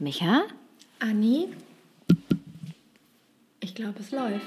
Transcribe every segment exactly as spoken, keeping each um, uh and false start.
Micha? Anni? Ich glaube, es läuft.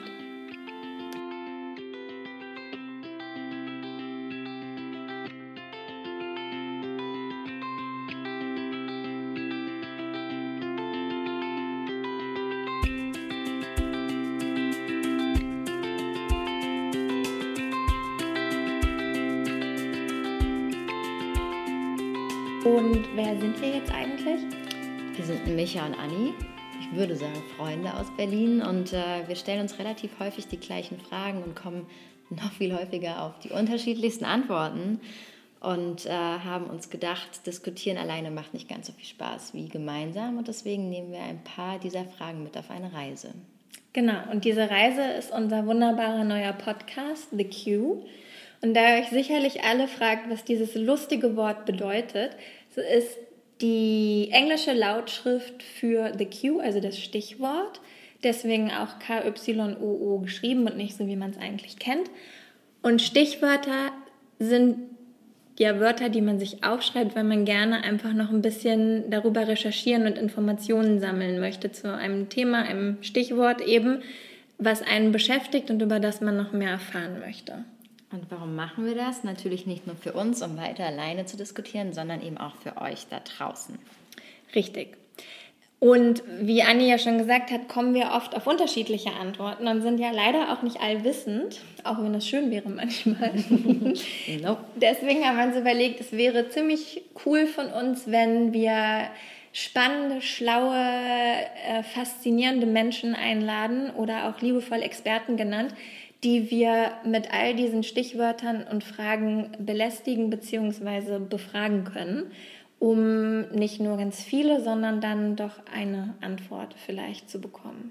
Und wer sind wir jetzt eigentlich? Wir sind Micha und Anni. Ich würde sagen Freunde aus Berlin und äh, wir stellen uns relativ häufig die gleichen Fragen und kommen noch viel häufiger auf die unterschiedlichsten Antworten und äh, haben uns gedacht, diskutieren alleine macht nicht ganz so viel Spaß wie gemeinsam und deswegen nehmen wir ein paar dieser Fragen mit auf eine Reise. Genau, und diese Reise ist unser wunderbarer neuer Podcast, The Q. Und da ihr euch sicherlich alle fragt, was dieses lustige Wort bedeutet, so ist die englische Lautschrift für The Q, also das Stichwort, deswegen auch K Y O O geschrieben und nicht so, wie man es eigentlich kennt. Und Stichwörter sind ja Wörter, die man sich aufschreibt, weil man gerne einfach noch ein bisschen darüber recherchieren und Informationen sammeln möchte zu einem Thema, einem Stichwort eben, was einen beschäftigt und über das man noch mehr erfahren möchte. Und warum machen wir das? Natürlich nicht nur für uns, um weiter alleine zu diskutieren, sondern eben auch für euch da draußen. Richtig. Und wie Anni ja schon gesagt hat, kommen wir oft auf unterschiedliche Antworten und sind ja leider auch nicht allwissend, auch wenn das schön wäre manchmal. Nope. Deswegen haben wir uns überlegt, es wäre ziemlich cool von uns, wenn wir spannende, schlaue, äh, faszinierende Menschen einladen oder auch liebevoll Experten genannt, die wir mit all diesen Stichwörtern und Fragen belästigen bzw. befragen können, um nicht nur ganz viele, sondern dann doch eine Antwort vielleicht zu bekommen.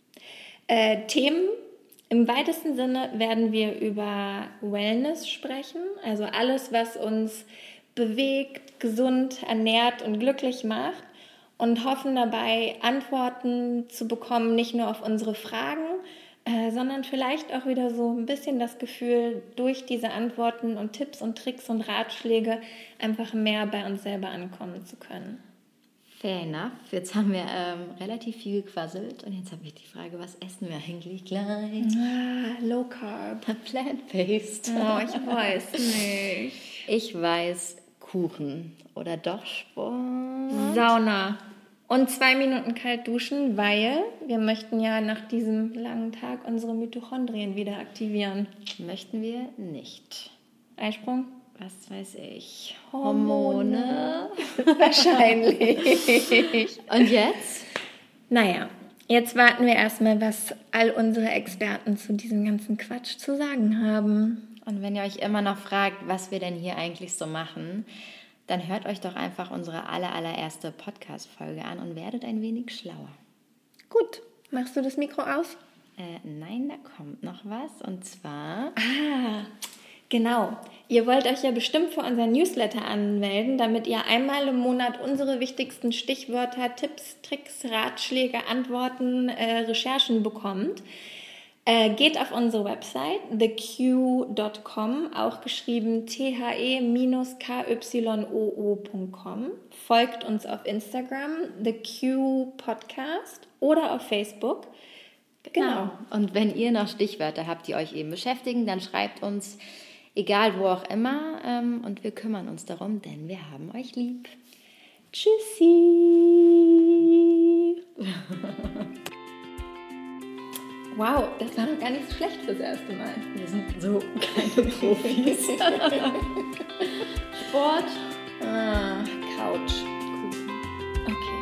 Äh, Themen im weitesten Sinne werden wir über Wellness sprechen, also alles, was uns bewegt, gesund, ernährt und glücklich macht und hoffen dabei, Antworten zu bekommen, nicht nur auf unsere Fragen, Äh, sondern vielleicht auch wieder so ein bisschen das Gefühl, durch diese Antworten und Tipps und Tricks und Ratschläge einfach mehr bei uns selber ankommen zu können. Fair enough. Jetzt haben wir ähm, relativ viel gequasselt und jetzt habe ich die Frage, was essen wir eigentlich gleich? Ah, Low Carb. Plant-based. Oh, ich weiß nicht. Ich weiß Kuchen oder doch Sport. Sauna. Und zwei Minuten kalt duschen, weil wir möchten ja nach diesem langen Tag unsere Mitochondrien wieder aktivieren. Möchten wir nicht. Eisprung? Was weiß ich. Hormone? Wahrscheinlich. Und jetzt? Naja, jetzt warten wir erstmal, was all unsere Experten zu diesem ganzen Quatsch zu sagen haben. Und wenn ihr euch immer noch fragt, was wir denn hier eigentlich so machen, dann hört euch doch einfach unsere aller, allererste Podcast-Folge an und werdet ein wenig schlauer. Gut, machst du das Mikro aus? Äh, nein, da kommt noch was und zwar... Ah, genau. Ihr wollt euch ja bestimmt für unseren Newsletter anmelden, damit ihr einmal im Monat unsere wichtigsten Stichwörter, Tipps, Tricks, Ratschläge, Antworten, äh, Recherchen bekommt. Äh, geht auf unsere Website the q dot com, auch geschrieben t h e k y o o punkt com. Folgt uns auf Instagram, The Q Podcast oder auf Facebook. Genau. genau. Und wenn ihr noch Stichwörter habt, die euch eben beschäftigen, dann schreibt uns, egal wo auch immer, ähm, und wir kümmern uns darum, denn wir haben euch lieb. Tschüssi! Wow, das war doch gar nicht so schlecht fürs erste Mal. Wir sind so keine Profis. Sport, ah, Couch. Kuchen. Okay.